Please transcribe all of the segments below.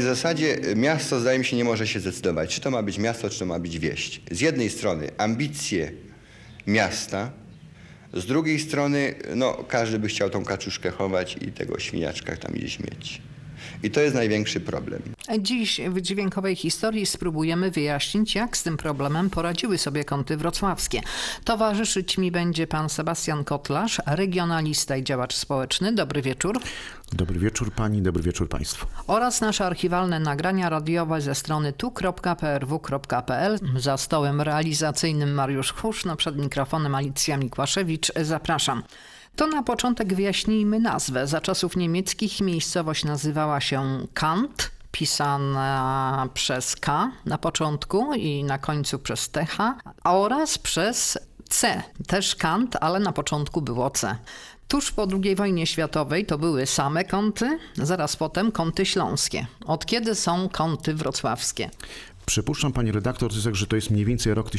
zasadzie miasto, zdaje mi się, nie może się zdecydować, czy to ma być miasto, czy to ma być wieś. Z jednej strony ambicje miasta, z drugiej strony każdy by chciał tą kaczuszkę chować i tego świniaczka tam gdzieś mieć. I to jest największy problem. Dziś w Dźwiękowej Historii spróbujemy wyjaśnić, jak z tym problemem poradziły sobie kąty wrocławskie. Towarzyszyć mi będzie pan Sebastian Kotlarz, regionalista i działacz społeczny. Dobry wieczór. Dobry wieczór pani, dobry wieczór państwu. Oraz nasze archiwalne nagrania radiowe ze strony tu.prw.pl. Za stołem realizacyjnym Mariusz Husz, przed mikrofonem Alicja Mikłaszewicz. Zapraszam. To na początek wyjaśnijmy nazwę. Za czasów niemieckich miejscowość nazywała się Kant, pisana przez K na początku i na końcu przez TH, oraz przez C, też Kant, ale na początku było C. Tuż po II wojnie światowej to były same kąty, zaraz potem kąty śląskie. Od kiedy są kąty wrocławskie? Przypuszczam, pani redaktor, że to jest mniej więcej rok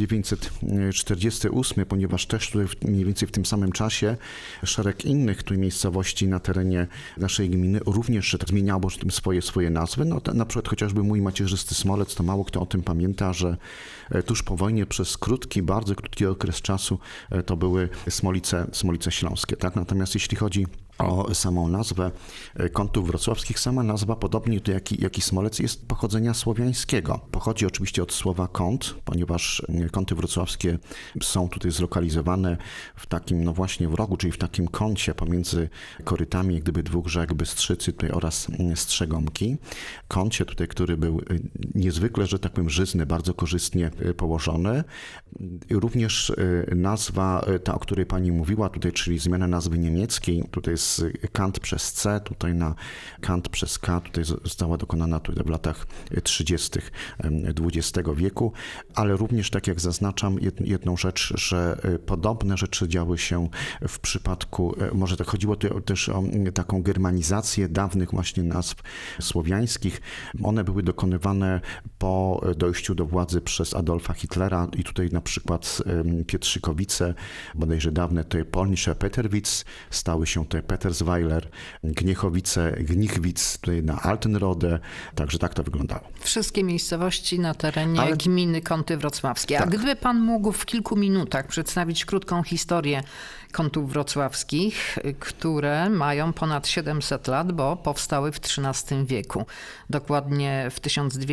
1948, ponieważ też tutaj mniej więcej w tym samym czasie szereg innych tu miejscowości na terenie naszej gminy również zmieniało swoje nazwy. Na przykład chociażby mój macierzysty Smolec, to mało kto o tym pamięta, że tuż po wojnie przez bardzo krótki okres czasu to były Smolice Śląskie. Tak? Natomiast jeśli chodzi o samą nazwę kątów wrocławskich, sama nazwa, podobnie jak i Smolec, jest pochodzenia słowiańskiego. Pochodzi oczywiście od słowa kąt, ponieważ kąty wrocławskie są tutaj zlokalizowane w takim, właśnie w rogu, czyli w takim kącie pomiędzy korytami jak gdyby dwóch rzek, Bystrzycy tutaj oraz Strzegomki. Kącie tutaj, który był niezwykle, że tak powiem, żyzny, bardzo korzystnie położony. Również nazwa ta, o której pani mówiła tutaj, czyli zmiana nazwy niemieckiej, tutaj jest Kant przez C, tutaj na Kant przez K, tutaj została dokonana tutaj w latach 30. XX wieku, ale również, tak jak zaznaczam, jedną rzecz, że podobne rzeczy działy się w przypadku, może tak chodziło tu też o taką germanizację dawnych właśnie nazw słowiańskich. One były dokonywane po dojściu do władzy przez Adolfa Hitlera i tutaj na przykład Pietrzykowice, bodajże dawne to Polnische Peterwitz, stały się te Petersweiler, Gniechowice, Gnichwitz, tutaj na Altenrode, także tak to wyglądało. Wszystkie miejscowości na terenie gminy Kąty Wrocławskie. Tak. A gdyby pan mógł w kilku minutach przedstawić krótką historię kątów wrocławskich, które mają ponad 700 lat, bo powstały w XIII wieku, dokładnie w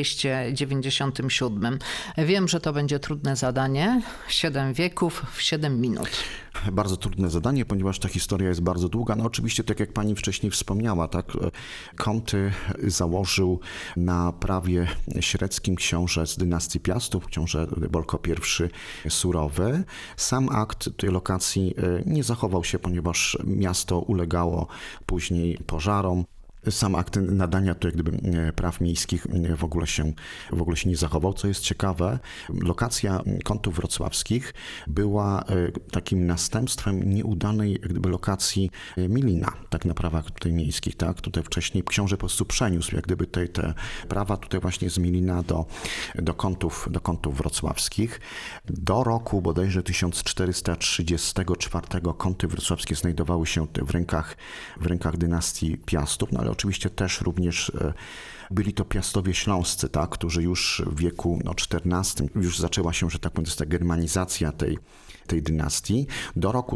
1297. Wiem, że to będzie trudne zadanie. 7 wieków w 7 minut. Bardzo trudne zadanie, ponieważ ta historia jest bardzo długa. Oczywiście, tak jak pani wcześniej wspomniała, tak, kąty założył na prawie średzkim książę z dynastii Piastów, książę Bolko I Surowy. Sam akt tej lokacji nie zachował się, ponieważ miasto ulegało później pożarom. Sam akt nadania tu jak gdyby praw miejskich w ogóle się nie zachował. Co jest ciekawe, lokacja kątów wrocławskich była takim następstwem nieudanej jak gdyby lokacji Milina, tak na prawach tutaj miejskich. Tak? Tutaj wcześniej książę po prostu przeniósł jak gdyby te prawa tutaj właśnie z Milina do kątów wrocławskich. Do roku bodajże 1434 kąty wrocławskie znajdowały się w rękach dynastii Piastów, ale oczywiście też również byli to Piastowie śląscy, tak, którzy już w wieku XIV już zaczęła się, że tak powiem, ta germanizacja tej dynastii. Do roku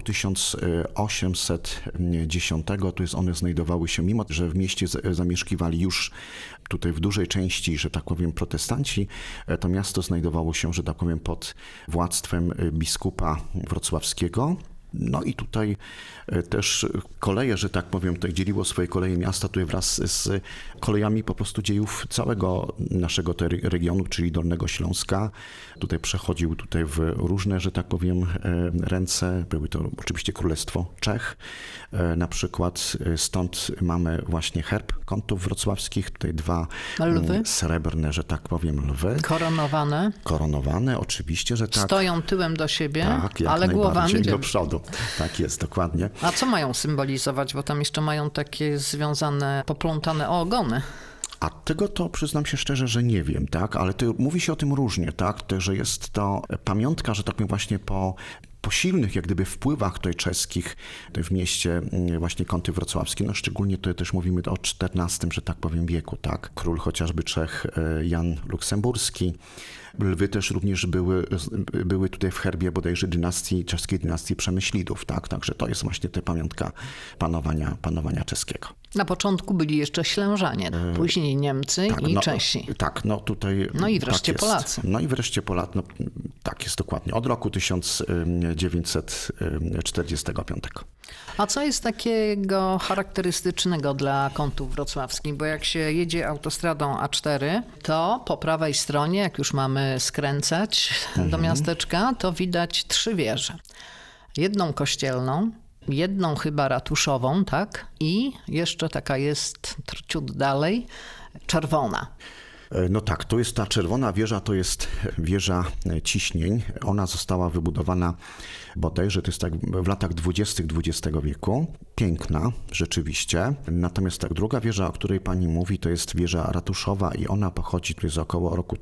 1810 to jest one znajdowały się, mimo że w mieście zamieszkiwali już tutaj w dużej części, że tak powiem, protestanci, to miasto znajdowało się, że tak powiem, pod władztwem biskupa wrocławskiego. I tutaj też koleje, że tak powiem, tutaj dzieliło swoje koleje miasta tutaj wraz z kolejami po prostu dziejów całego naszego regionu, czyli Dolnego Śląska. Tutaj przechodził tutaj w różne, że tak powiem, ręce. Były to oczywiście Królestwo Czech. Na przykład stąd mamy właśnie herb kątów wrocławskich. Tutaj 2 lwy. Srebrne, że tak powiem, lwy. Koronowane, oczywiście, że tak. Stoją tyłem do siebie, tak, ale głowami do przodu. Tak jest, dokładnie. A co mają symbolizować? Bo tam jeszcze mają takie związane, poplątane ogony. A tego to przyznam się szczerze, że nie wiem, tak? Ale mówi się o tym różnie, tak? Że jest to pamiątka, że tak powiem, właśnie po po silnych jak gdyby wpływach tutaj czeskich w mieście właśnie Kąty Wrocławskie, no szczególnie tutaj też mówimy o XIV, że tak powiem, wieku, tak? Król chociażby Czech Jan Luksemburski. Lwy też również były tutaj w herbie bodajże czeskiej dynastii Przemyślidów, tak? Także to jest właśnie ta pamiątka panowania czeskiego. Na początku byli jeszcze Ślężanie, później Niemcy i Czesi. Tak, no tutaj... No i wreszcie tak Polacy. No i wreszcie Polacy, no tak jest dokładnie, od roku 1945. A co jest takiego charakterystycznego dla Kątów Wrocławskich? Bo jak się jedzie autostradą A4, to po prawej stronie, jak już mamy skręcać do miasteczka, to widać 3 wieże. Jedną kościelną, jedną chyba ratuszową, tak? I jeszcze taka jest ciut dalej, czerwona. No tak, to jest ta czerwona wieża, to jest wieża ciśnień. Ona została wybudowana bodajże, to jest tak w latach 20. XX wieku. Piękna, rzeczywiście. Natomiast tak, druga wieża, o której pani mówi, to jest wieża ratuszowa i ona pochodzi tu z około roku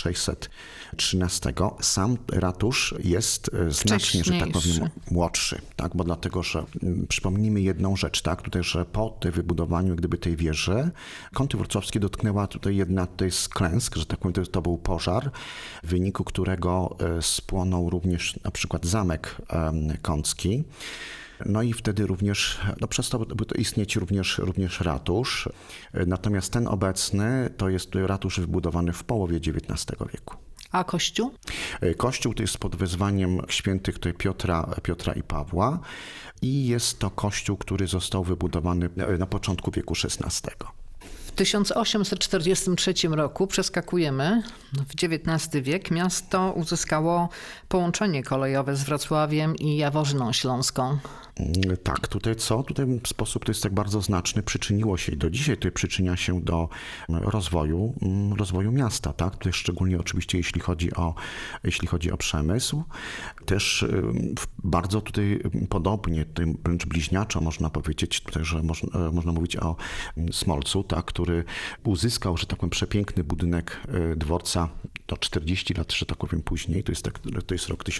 1613. Sam ratusz jest znacznie, że tak powiem, młodszy, tak? Bo dlatego, że przypomnijmy jedną rzecz, tak? Tutaj, że po tym wybudowaniu gdyby tej wieży, Kąty Wrocławskie dotknęła tutaj jedna z klęsk, że tak powiem, to był pożar, w wyniku którego spłonął również na przykład zamek kącki. No i wtedy również, no przestał istnieć również ratusz. Natomiast ten obecny to jest ratusz wybudowany w połowie XIX wieku. A kościół? Kościół to jest pod wezwaniem świętych tutaj Piotra i Pawła i jest to kościół, który został wybudowany na początku wieku XVI. W 1843 roku przeskakujemy w XIX wiek. Miasto uzyskało połączenie kolejowe z Wrocławiem i Jaworzyną Śląską. Tak, tutaj sposób to jest tak bardzo znaczny, przyczyniło się i do dzisiaj tutaj przyczynia się do rozwoju miasta, tak? Tutaj szczególnie oczywiście jeśli chodzi o przemysł, też bardzo tutaj podobnie, tutaj wręcz bliźniaczo można powiedzieć, tutaj, że można mówić o Smolcu, tak? Który uzyskał, że tak powiem, przepiękny budynek dworca do 40 lat, że tak powiem, później, to jest rok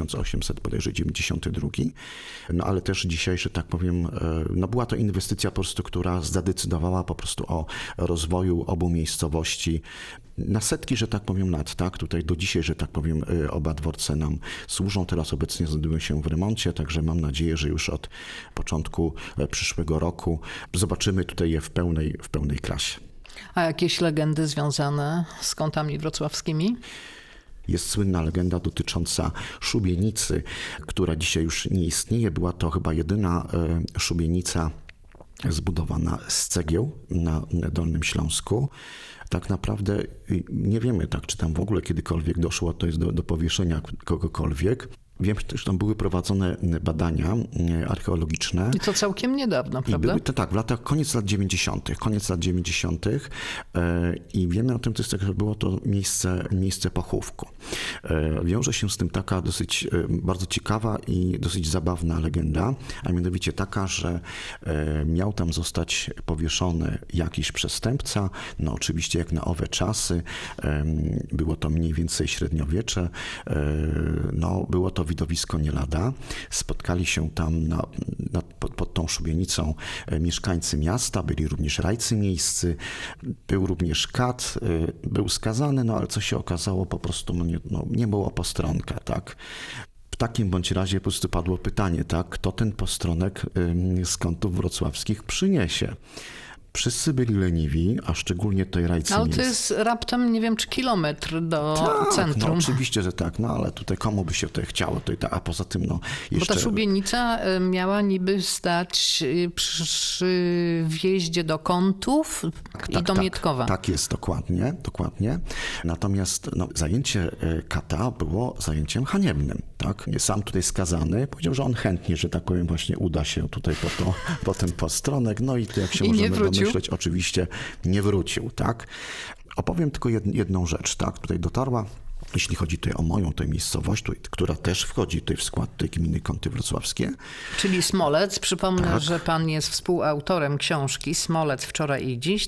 1892, no ale też dzisiaj, że tak powiem, no była to inwestycja po prostu, która zadecydowała po prostu o rozwoju obu miejscowości na setki, że tak powiem, lat, tak? Tutaj do dzisiaj, że tak powiem, oba dworce nam służą. Teraz obecnie znajdują się w remoncie, także mam nadzieję, że już od początku przyszłego roku zobaczymy tutaj je w pełnej krasie. A jakieś legendy związane z Kątami Wrocławskimi? Jest słynna legenda dotycząca szubienicy, która dzisiaj już nie istnieje. Była to chyba jedyna szubienica zbudowana z cegieł na Dolnym Śląsku. Tak naprawdę nie wiemy, tak, czy tam w ogóle kiedykolwiek doszło do powieszenia kogokolwiek. Wiem, że tam były prowadzone badania archeologiczne. I to całkiem niedawno, prawda? Tak, w latach koniec lat 90. I wiemy o tym, że było to miejsce pochówku. Wiąże się z tym taka dosyć bardzo ciekawa i dosyć zabawna legenda, a mianowicie taka, że miał tam zostać powieszony jakiś przestępca, no oczywiście jak na owe czasy, było to mniej więcej średniowiecze, no było to widowisko nie lada. Spotkali się tam pod tą szubienicą mieszkańcy miasta, byli również rajcy miejscy, był również kat, był skazany, no ale co się okazało, po prostu nie było postronka, tak. W takim bądź razie po prostu padło pytanie, tak, kto ten postronek z Kątów Wrocławskich przyniesie. Wszyscy byli leniwi, a szczególnie tutaj rajcy Ale miejsc. to jest raptem, nie wiem, czy kilometr do centrum. No oczywiście, że tak, no ale tutaj komu by się tutaj chciało, a poza tym jeszcze... Bo ta szubienica miała niby stać przy wjeździe do Kątów i do Mietkowa. Tak jest, dokładnie. Natomiast zajęcie kata było zajęciem haniebnym, tak? Sam tutaj skazany powiedział, że on chętnie, że tak powiem, właśnie uda się tutaj po ten postronek, no i to jak się możemy domyśleć, oczywiście nie wrócił, tak? Opowiem tylko jedną rzecz, tak? Tutaj dotarła jeśli chodzi tutaj o moją tę miejscowość, która też wchodzi tutaj w skład tej gminy Kąty Wrocławskie. Czyli Smolec. Przypomnę, Tak. że pan jest współautorem książki Smolec wczoraj i dziś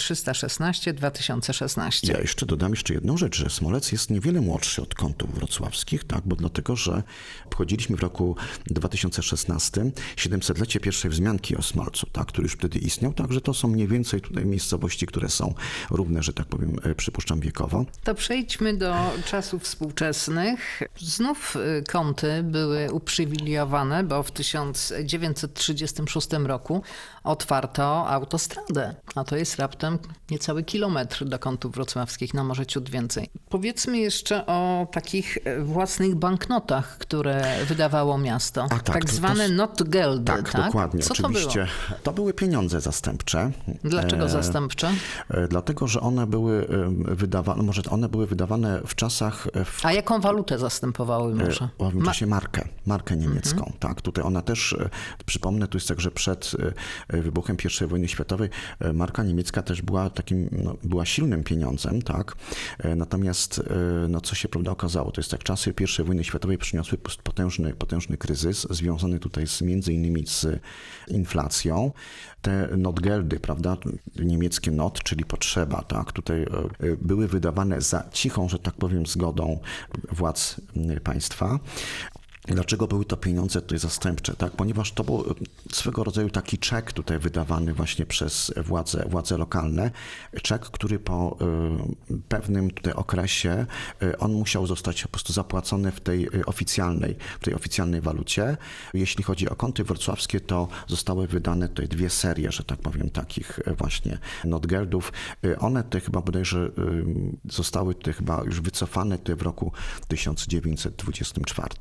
1316-2016. Ja jeszcze dodam jedną rzecz, że Smolec jest niewiele młodszy od Kątów Wrocławskich, tak, bo dlatego, że obchodziliśmy w roku 2016 700-lecie pierwszej wzmianki o Smolcu, tak, który już wtedy istniał, także to są mniej więcej tutaj miejscowości, które są równe, że tak powiem, przypuszczam wiekowo. To przejdźmy do czasów współczesnych. Znów Kąty były uprzywilejowane, bo w 1936 roku otwarto autostradę, a to jest raptem niecały kilometr do Kątów Wrocławskich, no może ciut więcej. Powiedzmy jeszcze o takich własnych banknotach, które wydawało miasto. Tak zwane notgeldy, tak? Dokładnie, Co oczywiście. to było? To były pieniądze zastępcze. Dlaczego zastępcze? Dlatego, że one były wydawane w czasach... A jaką walutę zastępowały może? W owym czasie markę niemiecką. Tak, tutaj ona też, przypomnę, tu jest tak, że przed wybuchem I wojny światowej marka niemiecka też była takim, była silnym pieniądzem, tak. Natomiast co się prawda okazało, to jest tak, czasy I wojny światowej przyniosły potężny kryzys związany tutaj między innymi z inflacją. Te notgeldy, prawda, niemieckie not, czyli potrzeba, tak, tutaj były wydawane za cichą, że tak powiem, zgodą władz państwa. Dlaczego były to pieniądze tutaj zastępcze? Tak? Ponieważ to był swego rodzaju taki czek tutaj wydawany właśnie przez władze lokalne. Czek, który po pewnym tutaj okresie on musiał zostać po prostu zapłacony w tej oficjalnej walucie. Jeśli chodzi o Kąty Wrocławskie, to zostały wydane tutaj 2 serie, że tak powiem, takich właśnie notgeldów. One tutaj chyba bodajże zostały tutaj chyba już wycofane tutaj w roku 1924.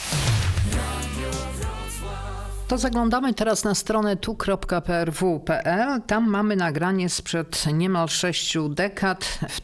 To zaglądamy teraz na stronę tu.prw.pl. Tam mamy nagranie sprzed niemal 6 dekad. W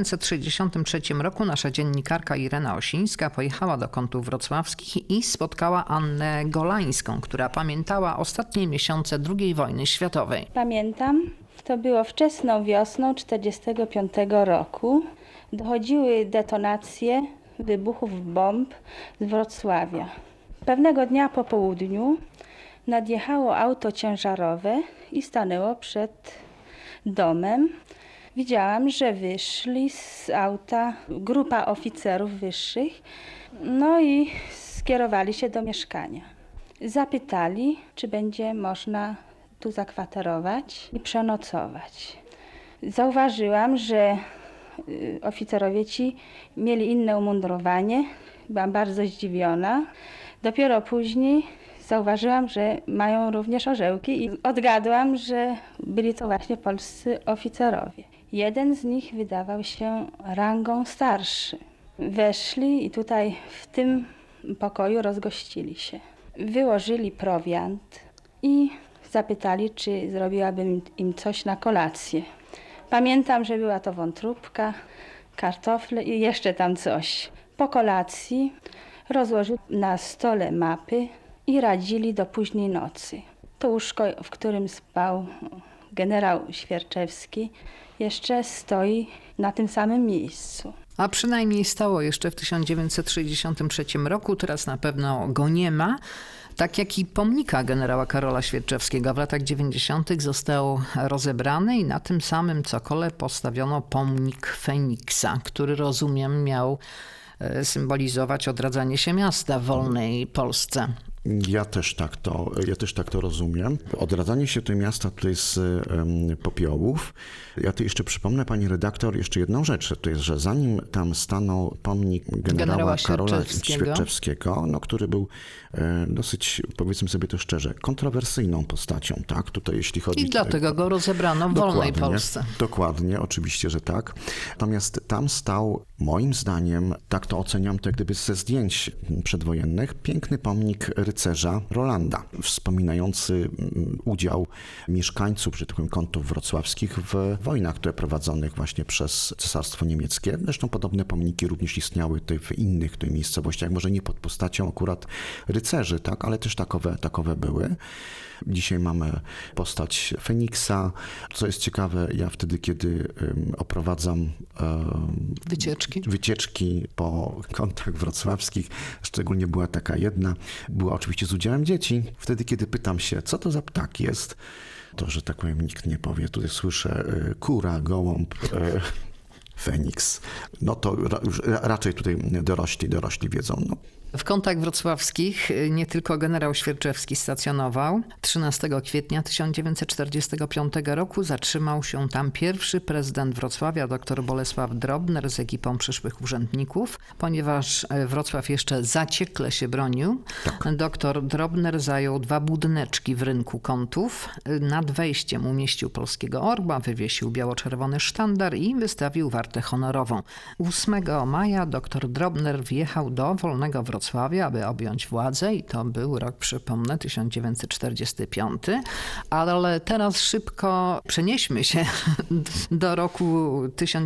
1963 roku nasza dziennikarka Irena Osińska pojechała do Kątów Wrocławskich i spotkała Annę Golańską, która pamiętała ostatnie miesiące II wojny światowej. Pamiętam, to było wczesną wiosną 1945 roku. Dochodziły detonacje wybuchów bomb z Wrocławia. Pewnego dnia po południu nadjechało auto ciężarowe i stanęło przed domem. Widziałam, że wyszli z auta grupa oficerów wyższych, no i skierowali się do mieszkania. Zapytali, czy będzie można tu zakwaterować i przenocować. Zauważyłam, że oficerowie ci mieli inne umundurowanie. Byłam bardzo zdziwiona. Dopiero później zauważyłam, że mają również orzełki i odgadłam, że byli to właśnie polscy oficerowie. Jeden z nich wydawał się rangą starszy. Weszli i tutaj w tym pokoju rozgościli się. Wyłożyli prowiant i zapytali, czy zrobiłabym im coś na kolację. Pamiętam, że była to wątróbka, kartofle i jeszcze tam coś. Po kolacji rozłożyli na stole mapy i radzili do późnej nocy. To łóżko, w którym spał generał Świerczewski, jeszcze stoi na tym samym miejscu. A przynajmniej stało jeszcze w 1963 roku, teraz na pewno go nie ma. Tak jak i pomnika generała Karola Świerczewskiego w latach 90. został rozebrany i na tym samym cokole postawiono pomnik Feniksa, który, rozumiem, miał symbolizować odradzanie się miasta w wolnej Polsce. Ja też tak to rozumiem. Odradzanie się tego miasta tutaj z popiołów. Ja tu jeszcze przypomnę, pani redaktor, jeszcze jedną rzecz. To jest, że zanim tam stanął pomnik generała Karola Świerczewskiego, który był dosyć, powiedzmy sobie to szczerze, kontrowersyjną postacią, tak? Tutaj jeśli chodzi... I dlatego go rozebrano w wolnej Polsce. Dokładnie, oczywiście, że tak. Natomiast tam stał, moim zdaniem, tak to oceniam, to jak gdyby ze zdjęć przedwojennych, piękny pomnik rycerza rycerza Rolanda, wspominający udział mieszkańców, że tak powiem, kątów wrocławskich w wojnach, które prowadzonych właśnie przez Cesarstwo Niemieckie. Zresztą podobne pomniki również istniały tutaj w innych tutaj miejscowościach, może nie pod postacią akurat rycerzy, tak, ale też takowe były. Dzisiaj mamy postać Feniksa. Co jest ciekawe, ja wtedy, kiedy oprowadzam wycieczki po kątach wrocławskich, szczególnie była taka jedna, była oczywiście z udziałem dzieci. Wtedy, kiedy pytam się, co to za ptak jest, to, że tak powiem, nikt nie powie. Tutaj słyszę kura, gołąb, Feniks. No to już raczej tutaj dorośli wiedzą. No. W kątach wrocławskich nie tylko generał Świerczewski stacjonował. 13 kwietnia 1945 roku zatrzymał się tam pierwszy prezydent Wrocławia, dr Bolesław Drobner z ekipą przyszłych urzędników. Ponieważ Wrocław jeszcze zaciekle się bronił, dr Drobner zajął 2 budyneczki w rynku Kątów. Nad wejściem umieścił polskiego orła, wywiesił biało-czerwony sztandar i wystawił wartę honorową. 8 maja dr Drobner wjechał do wolnego Wrocławia, aby objąć władzę i to był rok, przypomnę, 1945. Ale teraz szybko przenieśmy się do roku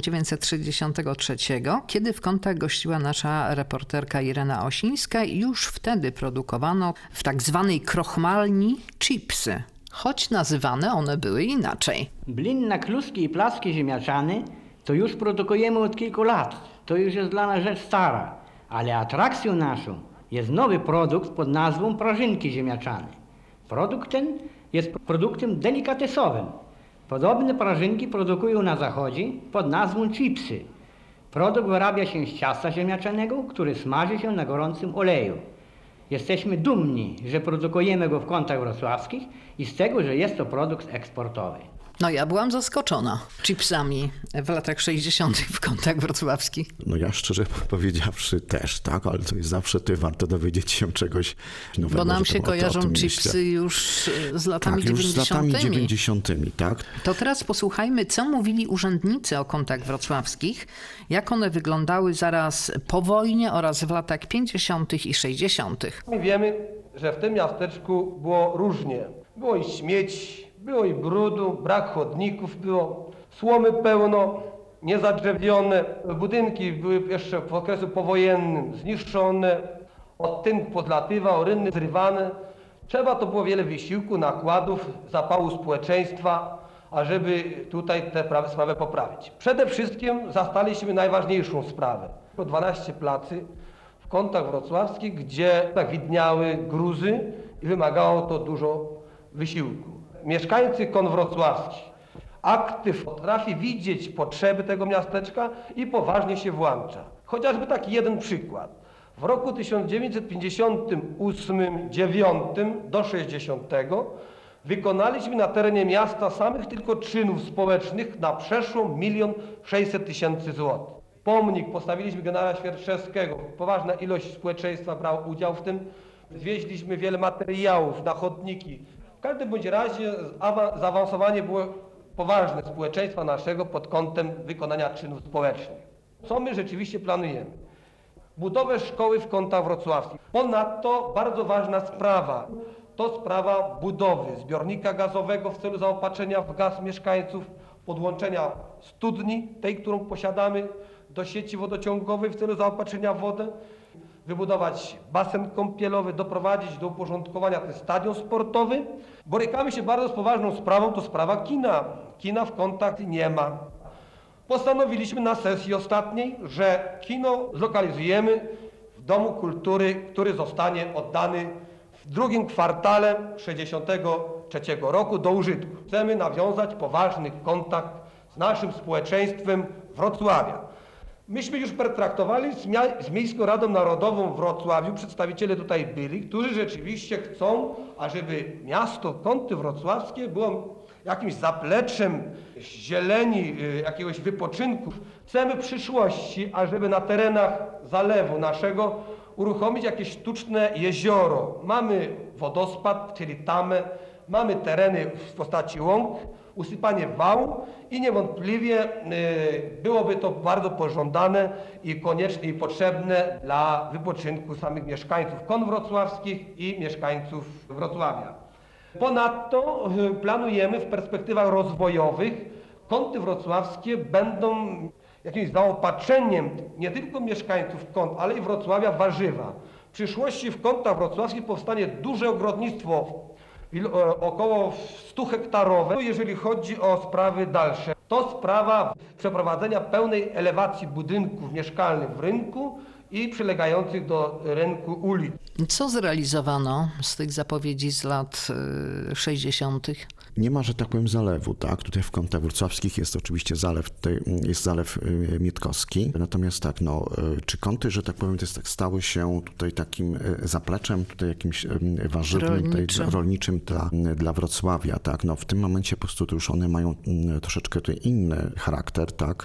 1963, kiedy w Kątach gościła nasza reporterka Irena Osińska i już wtedy produkowano w tak zwanej krochmalni chipsy, choć nazywane one były inaczej. Blin na kluski i placki ziemniaczane to już produkujemy od kilku lat. To już jest dla nas rzecz stara. Ale atrakcją naszą jest nowy produkt pod nazwą prażynki ziemniaczane. Produkt ten jest produktem delikatesowym. Podobne prażynki produkują na zachodzie pod nazwą chipsy. Produkt wyrabia się z ciasta ziemniaczanego, który smaży się na gorącym oleju. Jesteśmy dumni, że produkujemy go w Kątach wrocławskich i z tego, że jest to produkt eksportowy. No ja byłam zaskoczona chipsami w latach 60. w Kątach wrocławskich. No ja szczerze powiedziawszy też, tak, ale to jest zawsze warto dowiedzieć się czegoś nowego. Bo nam się kojarzą chipsy już z latami 90. Już z latami 90., tak. To teraz posłuchajmy, co mówili urzędnicy o Kątach wrocławskich, jak one wyglądały zaraz po wojnie oraz w latach 50. i 60. My wiemy, że w tym miasteczku było różnie. Było i śmieci, było i brudu, brak chodników było, słomy pełno, niezadrzewione, budynki były jeszcze w okresie powojennym zniszczone, od tynk podlatywał, rynny zrywane. Trzeba to było wiele wysiłku, nakładów, zapału społeczeństwa, ażeby tutaj tę sprawę poprawić. Przede wszystkim zastaliśmy najważniejszą sprawę. 12 placy w Kątach wrocławskich, gdzie widniały gruzy i wymagało to dużo wysiłku. Mieszkańcy Kąt wrocławskich, aktyw potrafi widzieć potrzeby tego miasteczka i poważnie się włącza. Chociażby taki jeden przykład. W roku 1958-9 do 60 wykonaliśmy na terenie miasta samych tylko czynów społecznych na przeszło 1 600 000 złotych. Pomnik postawiliśmy generała Świerczewskiego. Poważna ilość społeczeństwa brała udział w tym. Zwieźliśmy wiele materiałów na chodniki. W każdym bądź razie zaawansowanie było poważne społeczeństwa naszego pod kątem wykonania czynów społecznych. Co my rzeczywiście planujemy? Budowę szkoły w Kątach wrocławskich. Ponadto bardzo ważna sprawa to sprawa budowy zbiornika gazowego w celu zaopatrzenia w gaz mieszkańców, podłączenia studni, tej, którą posiadamy, do sieci wodociągowej w celu zaopatrzenia w wodę, wybudować basen kąpielowy, doprowadzić do uporządkowania ten stadion sportowy. Borykamy się bardzo z poważną sprawą, to sprawa kina. Kina w Kątach nie ma. Postanowiliśmy na sesji ostatniej, że kino zlokalizujemy w Domu Kultury, który zostanie oddany w drugim kwartale 1963 roku do użytku. Chcemy nawiązać poważny kontakt z naszym społeczeństwem Wrocławia. Myśmy już pertraktowali z Miejską Radą Narodową w Wrocławiu, przedstawiciele tutaj byli, którzy rzeczywiście chcą, ażeby miasto Kąty wrocławskie było jakimś zapleczem zieleni, jakiegoś wypoczynku. Chcemy w przyszłości, ażeby na terenach zalewu naszego uruchomić jakieś sztuczne jezioro. Mamy wodospad, czyli tamę, mamy tereny w postaci łąk, usypanie wału i niewątpliwie byłoby to bardzo pożądane i konieczne i potrzebne dla wypoczynku samych mieszkańców kont wrocławskich i mieszkańców Wrocławia. Ponadto planujemy w perspektywach rozwojowych, kąty wrocławskie będą jakimś zaopatrzeniem nie tylko mieszkańców kont, ale i Wrocławia warzywa. W przyszłości w kątach wrocławskich powstanie duże ogrodnictwo, około 100 hektarowe. Jeżeli chodzi o sprawy dalsze, to sprawa przeprowadzenia pełnej elewacji budynków mieszkalnych w rynku i przylegających do rynku ulic. Co zrealizowano z tych zapowiedzi z lat 60.? Nie ma, że tak powiem, zalewu, tak? Tutaj w kątach wrocławskich jest oczywiście zalew, tutaj jest zalew Mietkowski. Natomiast tak, no, czy kąty, że tak powiem, stały się tutaj takim zapleczem, tutaj jakimś warzywnym, rolniczym dla Wrocławia, tak? No, w tym momencie po prostu to już one mają troszeczkę tutaj inny charakter, tak?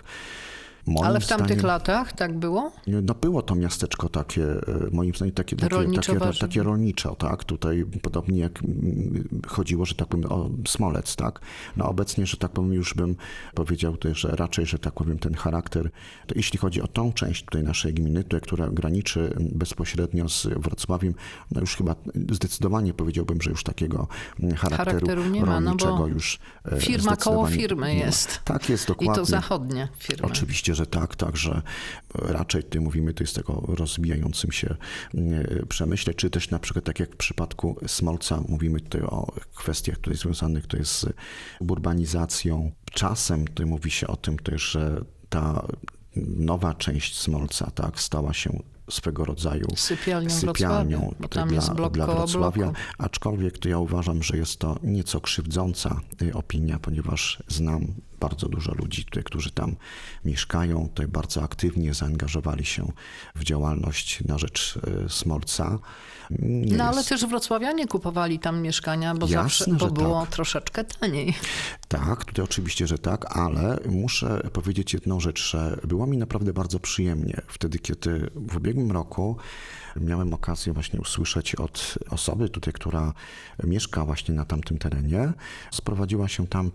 Ale w tamtych latach tak było? No było to miasteczko takie, moim zdaniem, takie rolnicze, tak? Tutaj podobnie jak chodziło, że tak powiem, o Smolec, tak? No obecnie, że tak powiem, już bym powiedział tutaj, że raczej, że tak powiem, ten charakter, to jeśli chodzi o tą część tutaj naszej gminy, tutaj, która graniczy bezpośrednio z Wrocławiem, no już chyba zdecydowanie powiedziałbym, że już takiego charakteru nie ma, rolniczego no bo już firma koło firmy jest. Tak jest, dokładnie. I to zachodnie firmy. Oczywiście, że tak, że raczej tutaj mówimy tutaj z tego rozwijającym się przemyśle, czy też na przykład tak jak w przypadku Smolca mówimy tutaj o kwestiach tutaj związanych tutaj z urbanizacją. Czasem tutaj mówi się o tym też, że ta nowa część Smolca, tak, stała się swego rodzaju sypialnią bo tam jest blok dla Wrocławia, bloku. aczkolwiek to ja uważam, że jest to nieco krzywdząca opinia, ponieważ znam bardzo dużo ludzi, tutaj, którzy tam mieszkają, tutaj bardzo aktywnie zaangażowali się w działalność na rzecz Smolca. Ale też wrocławianie kupowali tam mieszkania, bo było troszeczkę taniej. Tak, tutaj oczywiście, że tak, ale muszę powiedzieć jedną rzecz, że było mi naprawdę bardzo przyjemnie wtedy, kiedy w ubiegłym roku miałem okazję właśnie usłyszeć od osoby tutaj, która mieszka właśnie na tamtym terenie. Sprowadziła się tam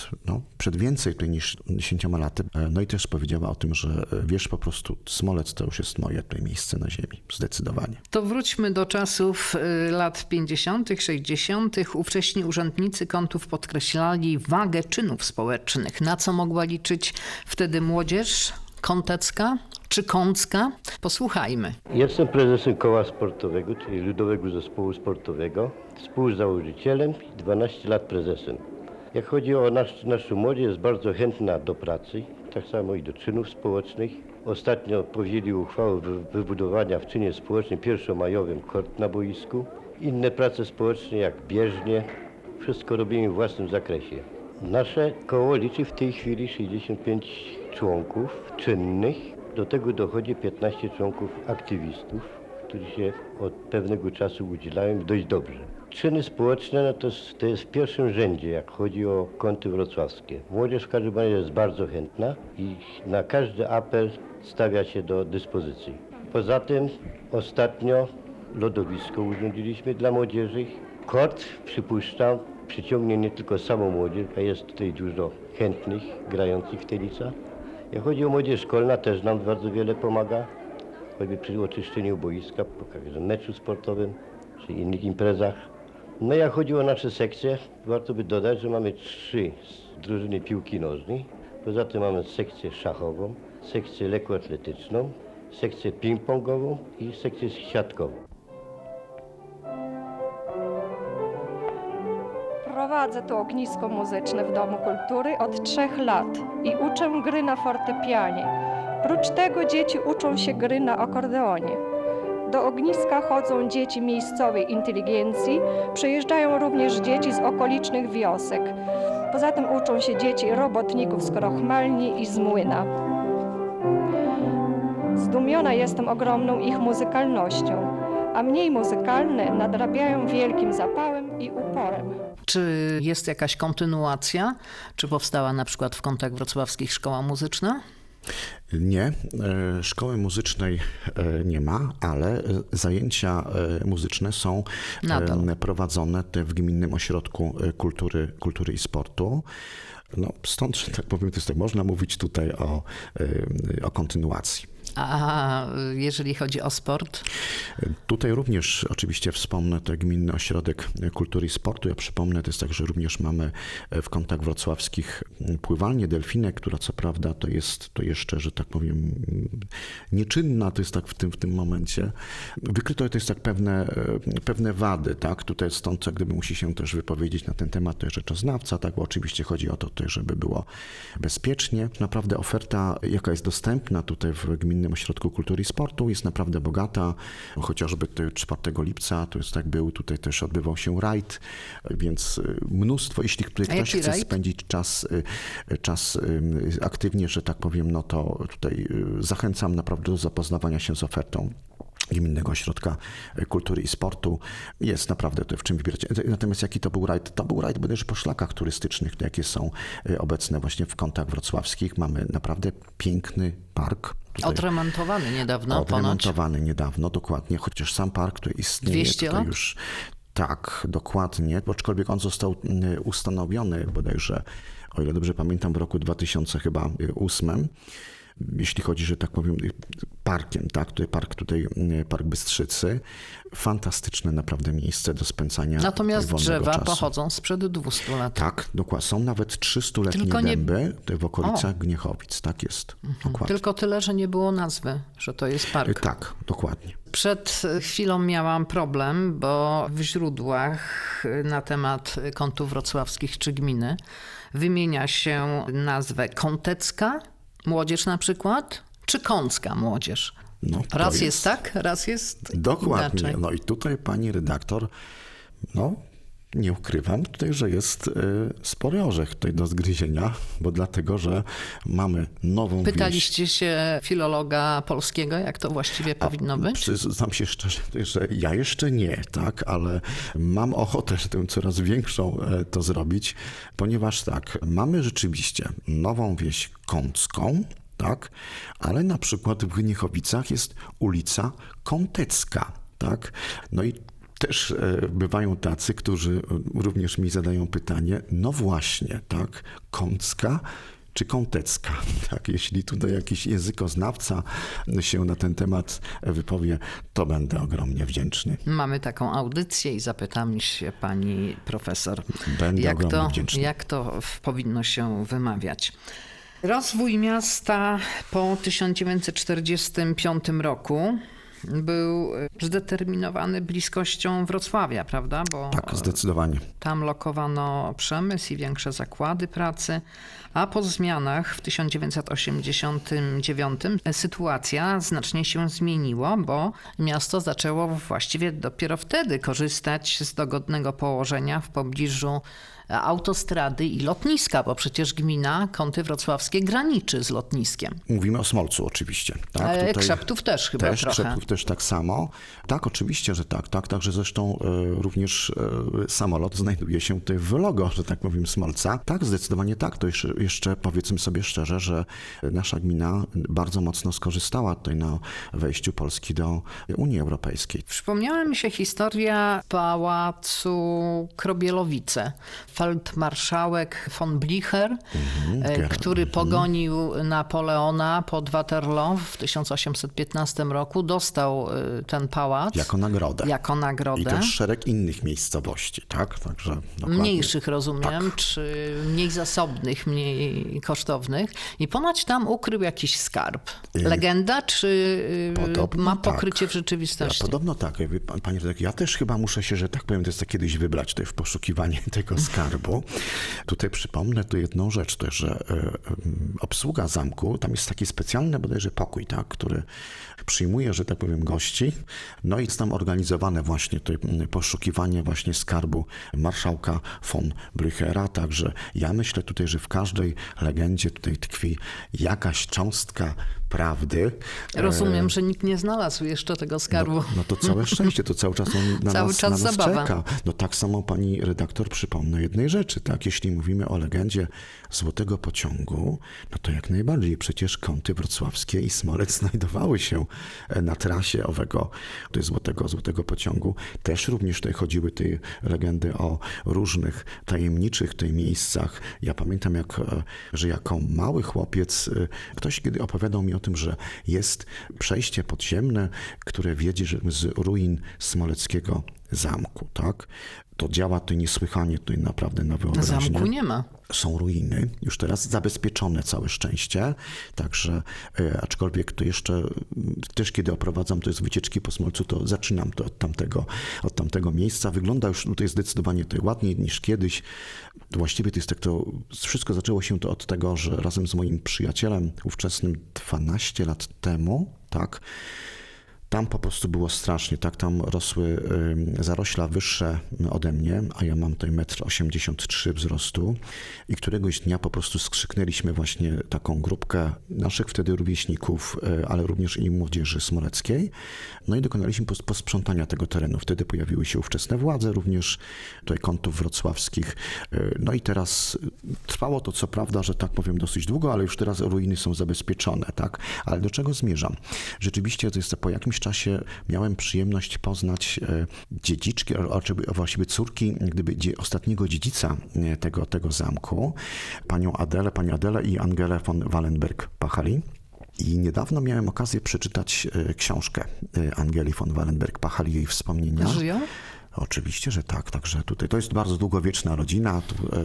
przed więcej tutaj niż 10 laty. No i też powiedziała o tym, że wiesz, po prostu Smolec to już jest moje tutaj miejsce na ziemi. Zdecydowanie. To wróćmy do czasów lat 50., 60. Ówcześni urzędnicy kątów podkreślali wagę czynów społecznych. Na co mogła liczyć wtedy młodzież kątecka czy kącka? Posłuchajmy. Jestem prezesem koła sportowego, czyli Ludowego Zespołu Sportowego, współzałożycielem i 12 lat prezesem. Jak chodzi o naszą młodzież, jest bardzo chętna do pracy, tak samo i do czynów społecznych. Ostatnio powzięli uchwałę wybudowania w czynie społecznym pierwszomajowym kort na boisku. Inne prace społeczne jak bieżnie, wszystko robimy w własnym zakresie. Nasze koło liczy w tej chwili 65 członków czynnych. Do tego dochodzi 15 członków aktywistów, którzy się od pewnego czasu udzielają dość dobrze. Czyny społeczne to jest w pierwszym rzędzie, jak chodzi o kąty wrocławskie. Młodzież w każdym razie jest bardzo chętna i na każdy apel stawia się do dyspozycji. Poza tym ostatnio lodowisko urządziliśmy dla młodzieży. Kort, przypuszczam, przyciągnie nie tylko samą młodzież, a jest tutaj dużo chętnych grających w tenisa. Jak chodzi o młodzież szkolna, też nam bardzo wiele pomaga, choćby przy oczyszczeniu boiska, po każdym meczu sportowym czy innych imprezach. No jak chodzi o nasze sekcje, warto by dodać, że mamy 3 drużyny piłki nożnej. Poza tym mamy sekcję szachową, sekcję lekkoatletyczną, sekcję ping-pongową i sekcję siatkową. Prowadzę to ognisko muzyczne w Domu Kultury od 3 lat i uczę gry na fortepianie. Prócz tego dzieci uczą się gry na akordeonie. Do ogniska chodzą dzieci miejscowej inteligencji, przyjeżdżają również dzieci z okolicznych wiosek. Poza tym uczą się dzieci robotników z krochmalni i z młyna. Zdumiona jestem ogromną ich muzykalnością, a mniej muzykalne nadrabiają wielkim zapałem i uporem. Czy jest jakaś kontynuacja? Czy powstała na przykład w kątach wrocławskich szkoła muzyczna? Nie, szkoły muzycznej nie ma, ale zajęcia muzyczne są Nadal prowadzone w Gminnym Ośrodku Kultury i Sportu. No, stąd, że tak powiem, to jest tak, można mówić tutaj o kontynuacji. A jeżeli chodzi o sport? Tutaj również oczywiście wspomnę to Gminny Ośrodek Kultury i Sportu. Ja przypomnę, to jest tak, że również mamy w Kątach Wrocławskich pływalnię Delfinek, która co prawda to jeszcze, że tak powiem, nieczynna, to jest tak w tym momencie. Wykryto to jest tak pewne wady, tak? Tutaj stąd jak gdyby musi się też wypowiedzieć na ten temat to rzeczoznawca, tak? Bo oczywiście chodzi o to, żeby było bezpiecznie. Naprawdę oferta, jaka jest dostępna tutaj w Gminnym Ośrodku Kultury i Sportu, jest naprawdę bogata. Chociażby 4 lipca, to jest tak był, tutaj też odbywał się rajd, więc mnóstwo, jeśli ktoś chce spędzić czas aktywnie, że tak powiem, no to tutaj zachęcam naprawdę do zapoznawania się z ofertą Gminnego Ośrodka Kultury i Sportu. Jest naprawdę to w czym wybierać. Natomiast jaki to był rajd? To był rajd bodajże po szlakach turystycznych, jakie są obecne właśnie w Kątach Wrocławskich. Mamy naprawdę piękny park. Odremontowany niedawno Odremontowany niedawno, dokładnie. Chociaż sam park, który istnieje 200 lat? już... Tak, dokładnie. Aczkolwiek on został ustanowiony bodajże, o ile dobrze pamiętam, w roku 2008. Jeśli chodzi, że tak powiem, parkiem, tak? Park Bystrzycy. Fantastyczne naprawdę miejsce do spędzania Natomiast drzewa czasu. Pochodzą sprzed 200 lat. Tak, dokładnie. Są nawet 300-letnie dęby w okolicach Gniechowic. Tak jest. Dokładnie. Tylko tyle, że nie było nazwy, że to jest park. Tak, dokładnie. Przed chwilą miałam problem, bo w źródłach na temat Kątów Wrocławskich czy gminy wymienia się nazwę Kątecka Młodzież na przykład, czy Kącka Młodzież. No, raz jest tak, raz jest dokładnie. inaczej. No i tutaj pani redaktor, no nie ukrywam tutaj, że jest spory orzech tutaj do zgryzienia, bo dlatego, że mamy nową Pytaliście się filologa polskiego, jak to właściwie powinno być? Znam się szczerze, że ja jeszcze nie, tak, ale mam ochotę, że tę coraz większą to zrobić, ponieważ tak, mamy rzeczywiście nową wieś kącką, tak, ale na przykład w Gniechowicach jest ulica Kątecka, tak, no i też bywają tacy, którzy również mi zadają pytanie, no właśnie, tak, Kącka czy Kątecka, tak, jeśli tutaj jakiś językoznawca się na ten temat wypowie, to będę ogromnie wdzięczny. Mamy taką audycję i zapytam się pani profesor, Będę ogromnie wdzięczny. Jak to powinno się wymawiać. Rozwój miasta po 1945 roku był zdeterminowany bliskością Wrocławia, prawda? Bo tak, zdecydowanie. Tam lokowano przemysł i większe zakłady pracy, a po zmianach w 1989 sytuacja znacznie się zmieniła, bo miasto zaczęło właściwie dopiero wtedy korzystać z dogodnego położenia w pobliżu autostrady i lotniska, bo przecież gmina Kąty Wrocławskie graniczy z lotniskiem. Mówimy o Smolcu oczywiście. Tak? Ale Krzeptów też chyba trochę. Krzeptów też tak samo. Tak, oczywiście, że tak. Także zresztą również samolot znajduje się tutaj w logo, że tak powiem, Smolca. Tak, zdecydowanie tak. To jeszcze powiedzmy sobie szczerze, że nasza gmina bardzo mocno skorzystała tutaj na wejściu Polski do Unii Europejskiej. Przypomniała mi się historia Pałacu Krobielowice. Feldmarszałek von Blicher, który pogonił Napoleona pod Waterloo w 1815 roku, dostał ten pałac. Jako nagrodę. I też szereg innych miejscowości, tak? Także dokładnie. Mniejszych, rozumiem, tak. Czy mniej zasobnych, mniej kosztownych. I ponoć tam ukrył jakiś skarb. Legenda, czy podobno ma pokrycie w rzeczywistości? Podobno tak. Panie redaktor, ja też chyba muszę się, że tak powiem, to jest tak kiedyś wybrać tutaj w poszukiwanie tego skarbu. Tutaj przypomnę tu jedną rzecz też, że obsługa zamku, tam jest taki specjalny bodajże pokój, tak, który przyjmuje, że tak powiem, gości. No i jest tam organizowane właśnie tutaj poszukiwanie właśnie skarbu marszałka von Blüchera. Także ja myślę tutaj, że w każdym każdej legendzie tutaj tkwi jakaś cząstka prawdy. Rozumiem, że nikt nie znalazł jeszcze tego skarbu. No to całe szczęście, to cały czas on na Cały nas, czas na nas zabawa. czeka. No tak samo pani redaktor przypomnę jednej rzeczy, tak? Jeśli mówimy o legendzie Złotego Pociągu, no to jak najbardziej przecież kąty wrocławskie i Smolec znajdowały się na trasie owego Złotego Pociągu. Też również tutaj chodziły te legendy o różnych tajemniczych tutaj miejscach. Ja pamiętam, że jako mały chłopiec ktoś kiedy opowiadał mi o tym, że jest przejście podziemne, które wiedzie z ruin Smoleckiego zamku, tak? To działa tutaj niesłychanie, tutaj naprawdę na wyobraźnię. Zamku nie ma. Są ruiny, już teraz zabezpieczone całe szczęście, także aczkolwiek to jeszcze, też kiedy oprowadzam to jest wycieczki po Smolcu, to zaczynam to od tamtego miejsca. Wygląda już tutaj zdecydowanie tutaj ładniej niż kiedyś. Właściwie to jest tak, to wszystko zaczęło się to od tego, że razem z moim przyjacielem ówczesnym 12 lat temu, tak, tam po prostu było strasznie, tak, tam rosły zarośla wyższe ode mnie, a ja mam tutaj 1,83 m wzrostu i któregoś dnia po prostu skrzyknęliśmy właśnie taką grupkę naszych wtedy rówieśników, ale również i młodzieży smoleckiej. No i dokonaliśmy posprzątania tego terenu. Wtedy pojawiły się ówczesne władze, również tutaj kątów wrocławskich. No i teraz trwało to co prawda, że tak powiem dosyć długo, ale już teraz ruiny są zabezpieczone, tak. Ale do czego zmierzam? Rzeczywiście to jest po jakimś czasie miałem przyjemność poznać dziedziczki, a właściwie córki ostatniego dziedzica tego zamku, panią Adelę i Angelę von Wallenberg-Pachali. I niedawno miałem okazję przeczytać książkę Angeli von Wallenberg-Pachali, jej wspomnienia. Żyją? Oczywiście, że tak. Także tutaj to jest bardzo długowieczna rodzina.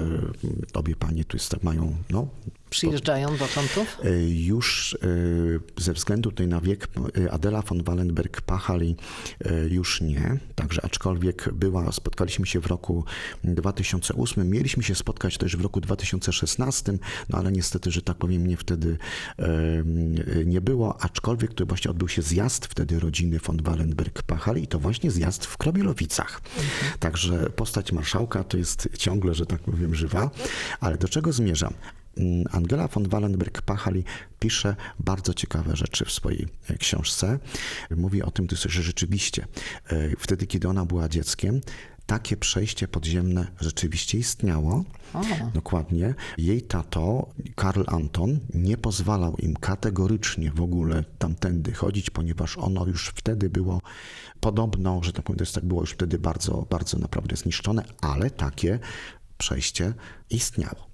Obie panie tu mają... No, przyjeżdżają do kątów? Już ze względu tutaj na wiek Adela von Wallenberg-Pachali już nie. Także aczkolwiek spotkaliśmy się w roku 2008. Mieliśmy się spotkać też w roku 2016, no ale niestety, że tak powiem, mnie wtedy nie było. Aczkolwiek to właśnie odbył się zjazd wtedy rodziny von Wallenberg-Pachali i to właśnie zjazd w Krobielowicach. Także postać marszałka to jest ciągle, że tak powiem, żywa. Ale do czego zmierzam? Angela von Wallenberg-Pachali pisze bardzo ciekawe rzeczy w swojej książce. Mówi o tym, że rzeczywiście wtedy, kiedy ona była dzieckiem, takie przejście podziemne rzeczywiście istniało. Dokładnie. Jej tato, Karl Anton, nie pozwalał im kategorycznie w ogóle tamtędy chodzić, ponieważ ono już wtedy było podobno, że tak powiem, było już wtedy bardzo, bardzo naprawdę zniszczone, ale takie przejście istniało.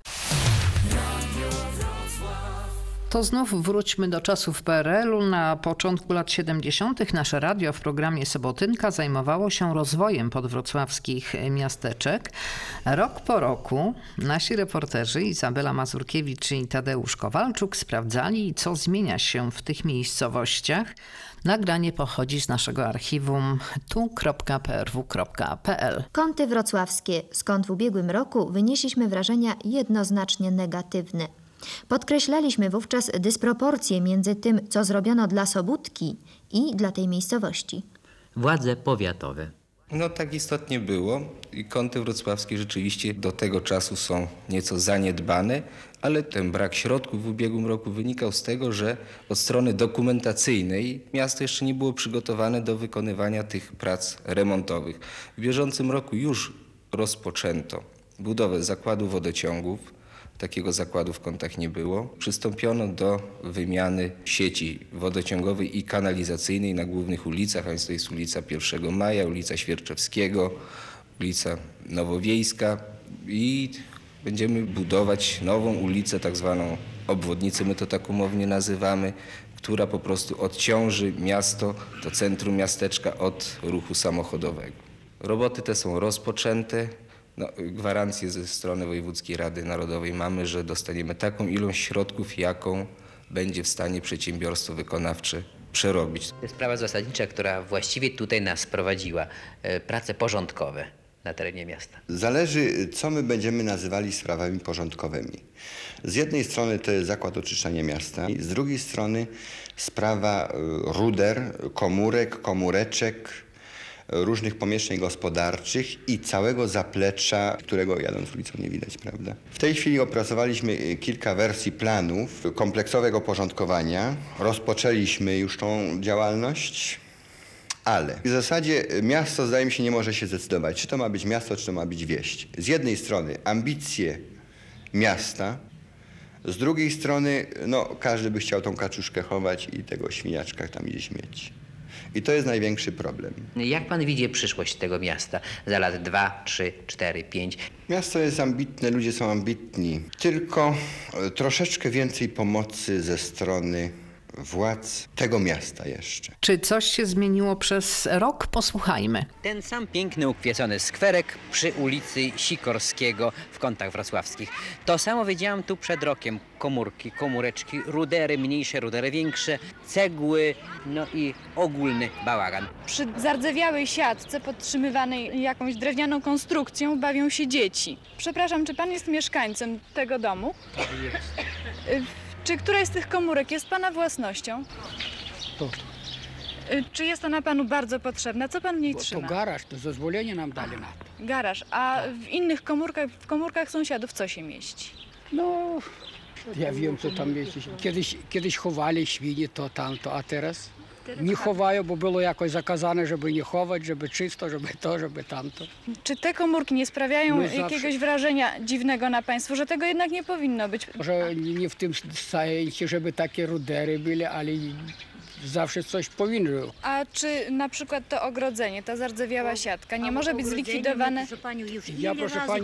To znów wróćmy do czasów PRL-u. Na początku lat 70. nasze radio w programie Sobotynka zajmowało się rozwojem podwrocławskich miasteczek. Rok po roku nasi reporterzy Izabela Mazurkiewicz i Tadeusz Kowalczuk sprawdzali, co zmienia się w tych miejscowościach. Nagranie pochodzi z naszego archiwum tu.prw.pl. Kąty wrocławskie, skąd w ubiegłym roku wynieśliśmy wrażenia jednoznacznie negatywne. Podkreślaliśmy wówczas dysproporcje między tym, co zrobiono dla Sobótki i dla tej miejscowości. Władze powiatowe. No tak istotnie było i kąty wrocławskie rzeczywiście do tego czasu są nieco zaniedbane, ale ten brak środków w ubiegłym roku wynikał z tego, że od strony dokumentacyjnej miasto jeszcze nie było przygotowane do wykonywania tych prac remontowych. W bieżącym roku już rozpoczęto budowę zakładu wodociągów. Takiego zakładu w Kątach nie było. Przystąpiono do wymiany sieci wodociągowej i kanalizacyjnej na głównych ulicach, a więc to jest ulica 1 Maja, ulica Świerczewskiego, ulica Nowowiejska i będziemy budować nową ulicę, tak zwaną obwodnicę, my to tak umownie nazywamy, która po prostu odciąży miasto, to centrum miasteczka od ruchu samochodowego. Roboty te są rozpoczęte. No, gwarancję ze strony Wojewódzkiej Rady Narodowej mamy, że dostaniemy taką ilość środków, jaką będzie w stanie przedsiębiorstwo wykonawcze przerobić. To jest sprawa zasadnicza, która właściwie tutaj nas prowadziła. Prace porządkowe na terenie miasta. Zależy, co my będziemy nazywali sprawami porządkowymi. Z jednej strony to jest zakład oczyszczania miasta, z drugiej strony sprawa ruder, komórek, komóreczek, różnych pomieszczeń gospodarczych i całego zaplecza, którego jadąc ulicą nie widać, prawda? W tej chwili opracowaliśmy kilka wersji planów kompleksowego porządkowania. Rozpoczęliśmy już tą działalność. Ale w zasadzie miasto, zdaje mi się, nie może się zdecydować, czy to ma być miasto, czy to ma być wieś. Z jednej strony ambicje miasta, z drugiej strony no, każdy by chciał tą kaczuszkę chować i tego świniaczka tam gdzieś mieć. I to jest największy problem. Jak pan widzi przyszłość tego miasta za lat 2, 3, 4, 5? Miasto jest ambitne, ludzie są ambitni, tylko troszeczkę więcej pomocy ze strony władz tego miasta jeszcze. Czy coś się zmieniło przez rok? Posłuchajmy. Ten sam piękny, ukwiecony skwerek przy ulicy Sikorskiego w Kątach Wrocławskich. To samo widziałam tu przed rokiem. Komórki, komóreczki, rudery mniejsze, rudery większe, cegły, no i ogólny bałagan. Przy zardzewiałej siatce podtrzymywanej jakąś drewnianą konstrukcją bawią się dzieci. Przepraszam, czy pan jest mieszkańcem tego domu? Jest. Czy któraś z tych komórek jest pana własnością? To. Czy jest ona panu bardzo potrzebna? Co pan w niej To trzyma? garaż, to zezwolenie nam dali na to. Garaż. A w innych komórkach sąsiadów co się mieści? No, ja wiem, co tam jest. Kiedyś chowali świnie, to tamto, a teraz nie chowają, bo było jakoś zakazane, żeby nie chować, żeby czysto, żeby to, żeby tamto. Czy te komórki nie sprawiają My zawsze- jakiegoś wrażenia dziwnego na państwu, że tego jednak nie powinno być? Może nie w tym sensie, żeby takie rudery były, ale zawsze coś powinno. A czy na przykład to ogrodzenie, ta zardzewiała siatka nie może być zlikwidowane? Ja, proszę pani,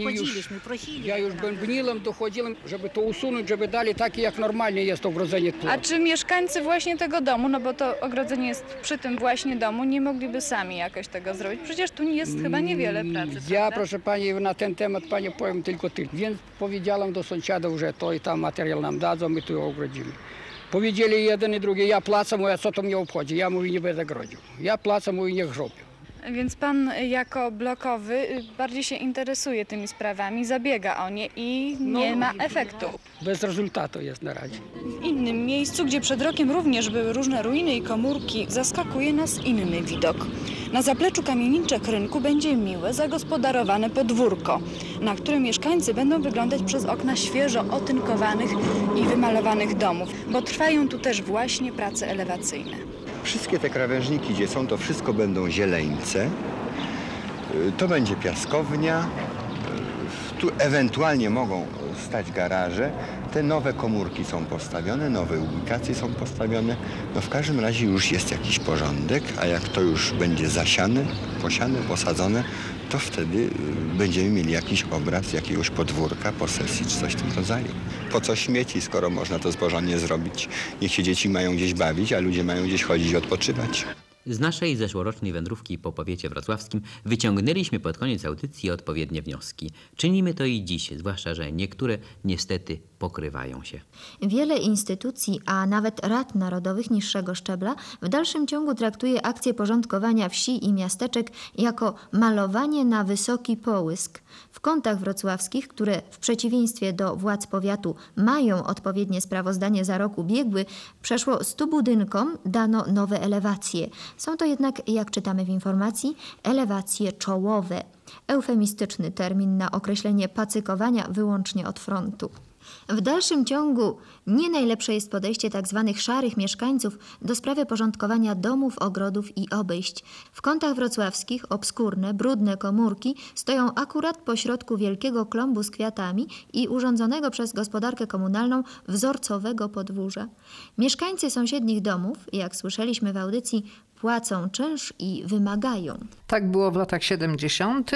ja już bębniłem, dochodziłem, żeby to usunąć, żeby dali takie, jak normalnie jest ogrodzenie tu. A czy mieszkańcy właśnie tego domu, no bo to ogrodzenie jest przy tym właśnie domu, nie mogliby sami jakoś tego zrobić? Przecież tu jest chyba niewiele pracy, Ja, prawda? proszę pani, na ten temat pani powiem tylko tyle. Więc powiedziałem do sąsiadów, że to i tam materiał nam dadzą, my tu ogrodzimy. Powiedzieli jeden i drugi, ja płacę, mówię, co to mnie obchodzi, ja mówię, nie będę grodził. Ja płacę, mówię, niech robią. Więc pan jako blokowy bardziej się interesuje tymi sprawami, zabiega o nie i nie ma efektu. Bez rezultatu jest na razie. W innym miejscu, gdzie przed rokiem również były różne ruiny i komórki, zaskakuje nas inny widok. Na zapleczu kamieniczek rynku będzie miłe, zagospodarowane podwórko, na którym mieszkańcy będą wyglądać przez okna świeżo otynkowanych i wymalowanych domów, bo trwają tu też właśnie prace elewacyjne. Wszystkie te krawężniki, gdzie są, to wszystko będą zieleńce. To będzie piaskownia. Tu ewentualnie mogą stać garaże. Te nowe komórki są postawione, nowe ubikacje są postawione. No w każdym razie już jest jakiś porządek, a jak to już będzie zasiane, posiane, posadzone, to wtedy będziemy mieli jakiś obraz jakiegoś podwórka, posesji czy coś w tym rodzaju. Po co śmieci, skoro można to porządnie zrobić? Niech się dzieci mają gdzieś bawić, a ludzie mają gdzieś chodzić i odpoczywać. Z naszej zeszłorocznej wędrówki po powiecie wrocławskim wyciągnęliśmy pod koniec audycji odpowiednie wnioski. Czynimy to i dziś, zwłaszcza że niektóre niestety pokrywają się. Wiele instytucji, a nawet rad narodowych niższego szczebla w dalszym ciągu traktuje akcję porządkowania wsi i miasteczek jako malowanie na wysoki połysk. W Kątach Wrocławskich, które w przeciwieństwie do władz powiatu mają odpowiednie sprawozdanie za rok ubiegły, przeszło 100 budynkom dano nowe elewacje. Są to jednak, jak czytamy w informacji, elewacje czołowe. Eufemistyczny termin na określenie pacykowania wyłącznie od frontu. W dalszym ciągu nie najlepsze jest podejście tzw. szarych mieszkańców do sprawy porządkowania domów, ogrodów i obejść. W Kątach Wrocławskich obskurne, brudne komórki stoją akurat pośrodku wielkiego klombu z kwiatami i urządzonego przez gospodarkę komunalną wzorcowego podwórza. Mieszkańcy sąsiednich domów, jak słyszeliśmy w audycji, płacą czynsz i wymagają. Tak było w latach 70.,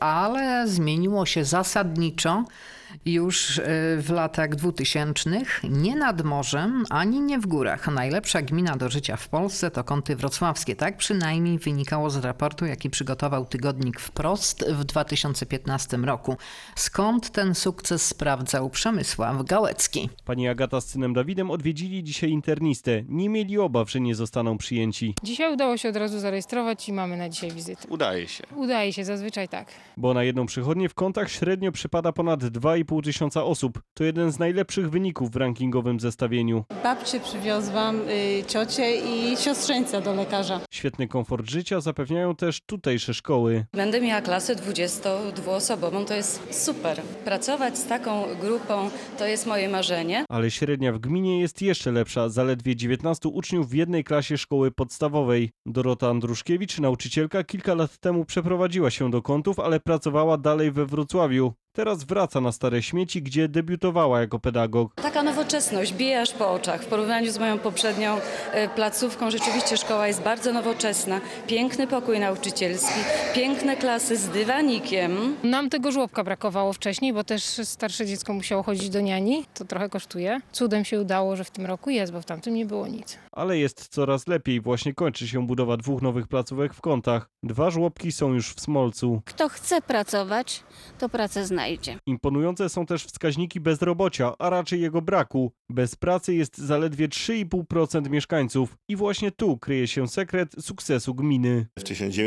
ale zmieniło się zasadniczo już w latach 2000. Nie nad morzem, ani nie w górach. Najlepsza gmina do życia w Polsce to Kąty Wrocławskie. Tak przynajmniej wynikało z raportu, jaki przygotował tygodnik Wprost w 2015 roku. Skąd ten sukces sprawdzał Przemysław Gałecki. Pani Agata z synem Dawidem odwiedzili dzisiaj internistę. Nie mieli obaw, że nie zostaną przyjęci. Dzisiaj udało się od razu zarejestrować i mamy na dzisiaj wizytę. Udaje się. Udaje się, zazwyczaj tak. Bo na jedną przychodnię w Kątach średnio przypada ponad 2,5 2,5 tysiąca osób. To jeden z najlepszych wyników w rankingowym zestawieniu. Babcię przywiozłam, ciocię i siostrzeńca do lekarza. Świetny komfort życia zapewniają też tutejsze szkoły. Będę miała klasę 22-osobową, to jest super. Pracować z taką grupą to jest moje marzenie. Ale średnia w gminie jest jeszcze lepsza. Zaledwie 19 uczniów w jednej klasie szkoły podstawowej. Dorota Andruszkiewicz, nauczycielka, kilka lat temu przeprowadziła się do Kątów, ale pracowała dalej we Wrocławiu. Teraz wraca na Stare Śmieci, gdzie debiutowała jako pedagog. Taka nowoczesność bije aż po oczach. W porównaniu z moją poprzednią placówką rzeczywiście szkoła jest bardzo nowoczesna. Piękny pokój nauczycielski, piękne klasy z dywanikiem. Nam tego żłobka brakowało wcześniej, bo też starsze dziecko musiało chodzić do niani. To trochę kosztuje. Cudem się udało, że w tym roku jest, bo w tamtym nie było nic. Ale jest coraz lepiej. Właśnie kończy się budowa 2 nowych placówek w Kątach. 2 żłobki są już w Smolcu. Kto chce pracować, to pracę znajdzie. Imponujące są też wskaźniki bezrobocia, a raczej jego braku. Bez pracy jest zaledwie 3,5% mieszkańców. I właśnie tu kryje się sekret sukcesu gminy. W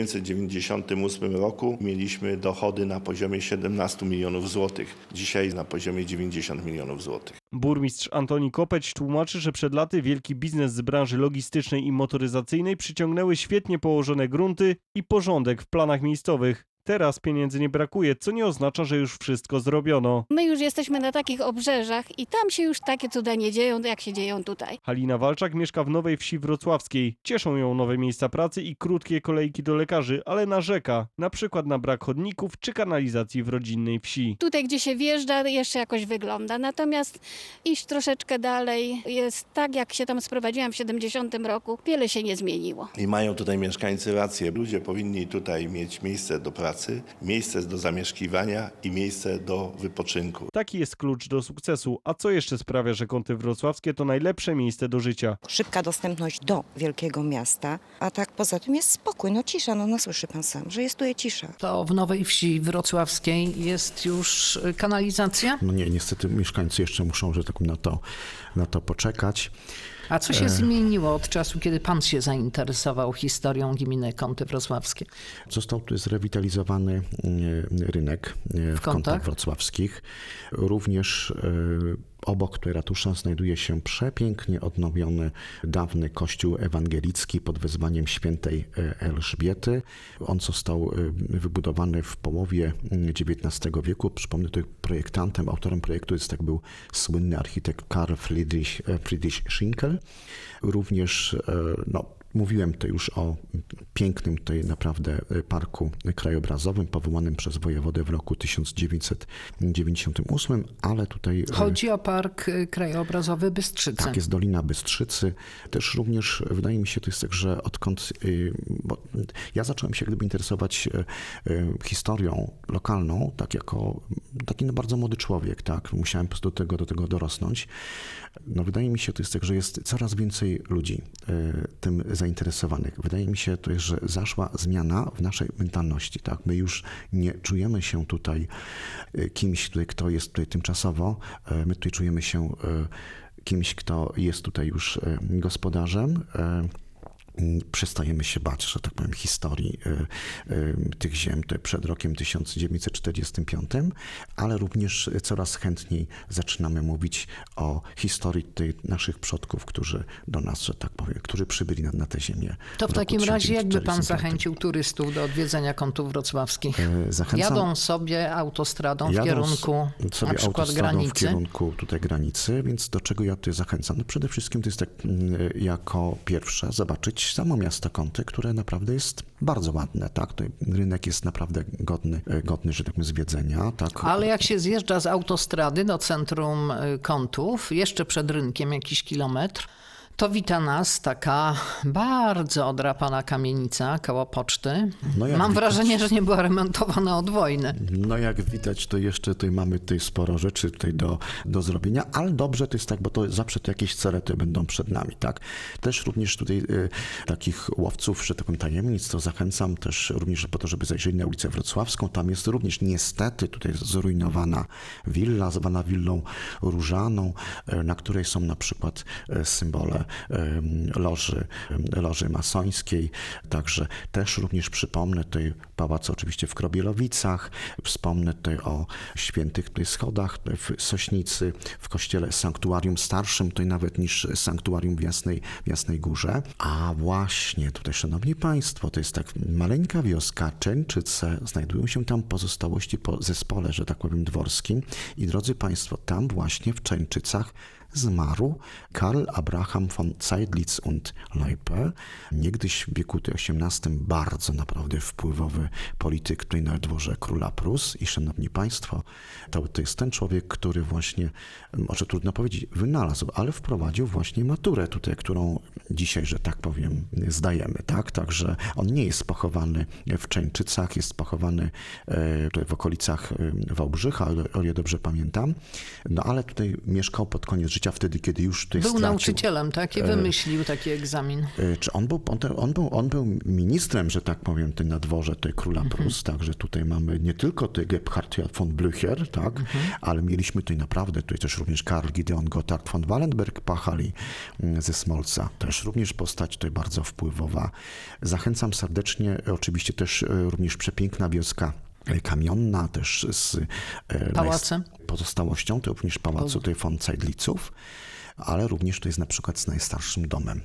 1998 roku mieliśmy dochody na poziomie 17 milionów złotych. Dzisiaj na poziomie 90 milionów złotych. Burmistrz Antoni Kopeć tłumaczy, że przed laty wielki biznes z branży logistycznej i motoryzacyjnej przyciągnęły świetnie położone grunty i porządek w planach miejscowych. Teraz pieniędzy nie brakuje, co nie oznacza, że już wszystko zrobiono. My już jesteśmy na takich obrzeżach i tam się już takie cuda nie dzieją, jak się dzieją tutaj. Halina Walczak mieszka w Nowej Wsi Wrocławskiej. Cieszą ją nowe miejsca pracy i krótkie kolejki do lekarzy, ale narzeka, na przykład na brak chodników czy kanalizacji w rodzinnej wsi. Tutaj, gdzie się wjeżdża, jeszcze jakoś wygląda. Natomiast iść troszeczkę dalej jest tak, jak się tam sprowadziłam w 70 roku. Wiele się nie zmieniło. I mają tutaj mieszkańcy rację. Ludzie powinni tutaj mieć miejsce do pracy, miejsce do zamieszkiwania i miejsce do wypoczynku. Taki jest klucz do sukcesu. A co jeszcze sprawia, że Kąty Wrocławskie to najlepsze miejsce do życia? Szybka dostępność do wielkiego miasta, a tak poza tym jest spokój, cisza, no słyszy pan sam, że jest tutaj cisza. To w Nowej Wsi Wrocławskiej jest już kanalizacja? No nie, niestety mieszkańcy jeszcze muszą, że tak na to poczekać. A co się zmieniło od czasu, kiedy pan się zainteresował historią gminy Kąty Wrocławskie? Został tu zrewitalizowany rynek w Kątach Wrocławskich. Również obok tej ratuszy znajduje się przepięknie odnowiony dawny kościół ewangelicki pod wezwaniem świętej Elżbiety. On został wybudowany w połowie XIX wieku. Przypomnę, tutaj projektantem, autorem projektu był słynny architekt Karl Friedrich Schinkel. Również mówiłem to już o pięknym tutaj naprawdę parku krajobrazowym powołanym przez wojewodę w roku 1998, ale tutaj... Chodzi o Park Krajobrazowy Bystrzycy. Tak, jest Dolina Bystrzycy. Też również wydaje mi się, to jest tak, że odkąd... Bo ja zacząłem się interesować historią lokalną, tak jako taki bardzo młody człowiek, tak? Musiałem po prostu do tego dorosnąć. Wydaje mi się, to jest tak, że jest coraz więcej ludzi tym zainteresowanych. Wydaje mi się, to jest, że zaszła zmiana w naszej mentalności. Tak? My już nie czujemy się tutaj kimś, kto jest tutaj tymczasowo. My tutaj czujemy się kimś, kto jest tutaj już gospodarzem. Przestajemy się bać, że tak powiem, historii tych ziem przed rokiem 1945, ale również coraz chętniej zaczynamy mówić o historii naszych przodków, którzy do nas, że tak powiem, którzy przybyli na tę ziemię. To w takim razie jakby pan zachęcił turystów do odwiedzenia Kątów Wrocławskich? Jadą sobie autostradą w kierunku na przykład granicy? W kierunku tutaj granicy, więc do czego ja tutaj zachęcam? Przede wszystkim to jest tak jako pierwsze zobaczyć samo miasto Kąty, które naprawdę jest bardzo ładne, tak? Tutaj rynek jest naprawdę godny, że tak powiem, zwiedzenia, tak? Ale jak się zjeżdża z autostrady do centrum Kątów, jeszcze przed rynkiem jakiś kilometr, to wita nas taka bardzo odrapana kamienica koło poczty. Mam wrażenie, że nie była remontowana od wojny. Jak widać, to jeszcze tutaj mamy sporo rzeczy do zrobienia, ale dobrze to jest tak, bo to zawsze jakieś cerety będą przed nami, tak? Też również tutaj takich łowców, że tak powiem, tajemnic, to zachęcam też również po to, żeby zajrzeli na ulicę Wrocławską. Tam jest również niestety tutaj zrujnowana willa, zwana willą Różaną, na której są na przykład symbole loży masońskiej. Także też również przypomnę tutaj pałac oczywiście w Krobielowicach, wspomnę tutaj o świętych tutaj schodach w Sośnicy, w kościele sanktuarium starszym, tutaj nawet niż sanktuarium w Jasnej Górze. A właśnie tutaj, szanowni państwo, to jest tak maleńka wioska, Częczyce, znajdują się tam pozostałości po zespole, że tak powiem, dworskim. I drodzy państwo, tam właśnie w Częczycach zmarł Karl Abraham von Zeidlitz und Leuper, niegdyś w wieku XVIII bardzo naprawdę wpływowy polityk tutaj na dworze króla Prus. I szanowni państwo, to jest ten człowiek, który właśnie, może trudno powiedzieć, wynalazł, ale wprowadził właśnie maturę tutaj, którą dzisiaj, że tak powiem, zdajemy, tak? Także on nie jest pochowany w Częczycach, jest pochowany tutaj w okolicach Wałbrzycha, o ile dobrze pamiętam, no ale tutaj mieszkał pod koniec życia, wtedy, kiedy już tutaj Był stracił. nauczycielem, tak? I wymyślił taki egzamin. Czy on był ministrem, że tak powiem, na dworze tej króla Prus, także tutaj mamy nie tylko tej Gebhard von Blücher, tak, ale mieliśmy tutaj naprawdę, tutaj też również Karl Gideon Gotthard von Wallenberg-Pachali ze Smolca, też również postać tutaj bardzo wpływowa. Zachęcam serdecznie, oczywiście też również przepiękna wioska kamionna, też z pałacem, pozostałością, to również pałacu tutaj von Zeidlitzów, ale również to jest na przykład z najstarszym domem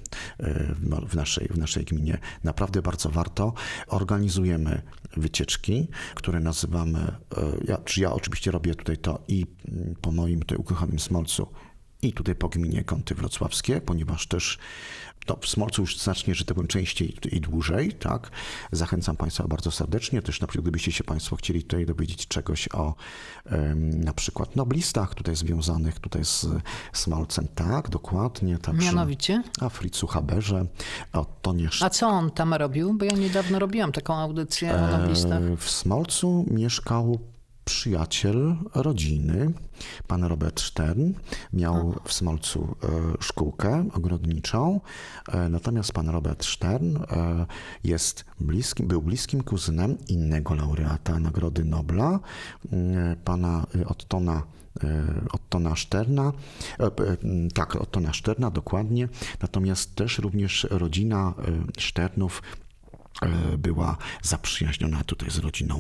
w naszej gminie. Naprawdę bardzo warto. Organizujemy wycieczki, które nazywamy, ja oczywiście robię tutaj to i po moim tutaj ukochanym Smolcu, i tutaj po gminie Kąty Wrocławskie, ponieważ też w Smolcu już znacznie, że to powiem, częściej i dłużej, tak. Zachęcam państwa bardzo serdecznie. Też na przykład, gdybyście się państwo chcieli tutaj dowiedzieć czegoś o na przykład noblistach tutaj związanych tutaj z Smolcem, tak, dokładnie. Także mianowicie? O Fritzu Haberze, o Tonie. A co on tam robił? Bo ja niedawno robiłam taką audycję o noblistach. W Smolcu mieszkał przyjaciel rodziny, pan Robert Stern, miał w Smolcu szkółkę ogrodniczą, natomiast pan Robert Stern był bliskim kuzynem innego laureata Nagrody Nobla, pana Ottona Sterna, tak, Ottona Sterna, dokładnie, natomiast też również rodzina Sternów była zaprzyjaźniona tutaj z rodziną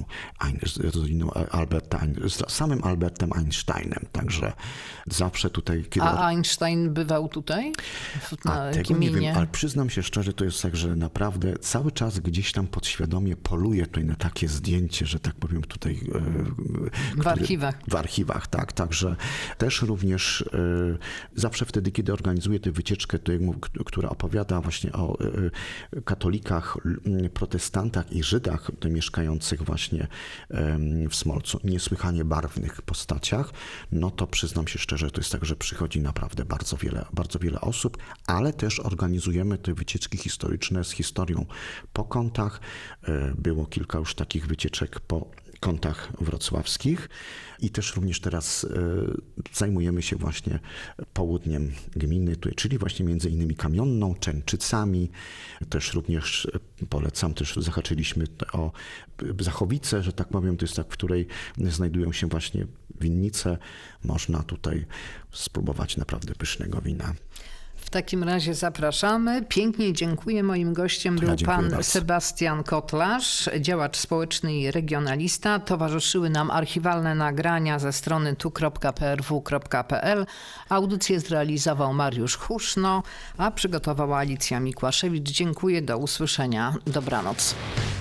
Alberta, z samym Albertem Einsteinem, także zawsze tutaj... A Einstein bywał tutaj? Tego nie wiem, ale przyznam się szczerze, to jest tak, że naprawdę cały czas gdzieś tam podświadomie poluję tutaj na takie zdjęcie, że tak powiem tutaj... W archiwach. W archiwach, tak, także też również zawsze wtedy, kiedy organizuję tę wycieczkę, która opowiada właśnie o katolikach, protestantach i Żydach mieszkających właśnie w Smolcu, niesłychanie barwnych postaciach, no to przyznam się szczerze, to jest tak, że przychodzi naprawdę bardzo wiele osób, ale też organizujemy te wycieczki historyczne z historią po kątach. Było kilka już takich wycieczek po Kątach Wrocławskich i też również teraz zajmujemy się właśnie południem gminy, czyli właśnie między innymi Kamionną, Częczycami. Też również polecam, też zahaczyliśmy o Zachowicę, że tak powiem, to jest tak, w której znajdują się właśnie winnice. Można tutaj spróbować naprawdę pysznego wina. W takim razie zapraszamy. Pięknie dziękuję. Moim gościem był pan Sebastian Kotlarz, działacz społeczny i regionalista. Towarzyszyły nam archiwalne nagrania ze strony tu.prw.pl. Audycję zrealizował Mariusz Huszno, a przygotowała Alicja Mikłaszewicz. Dziękuję, do usłyszenia. Dobranoc.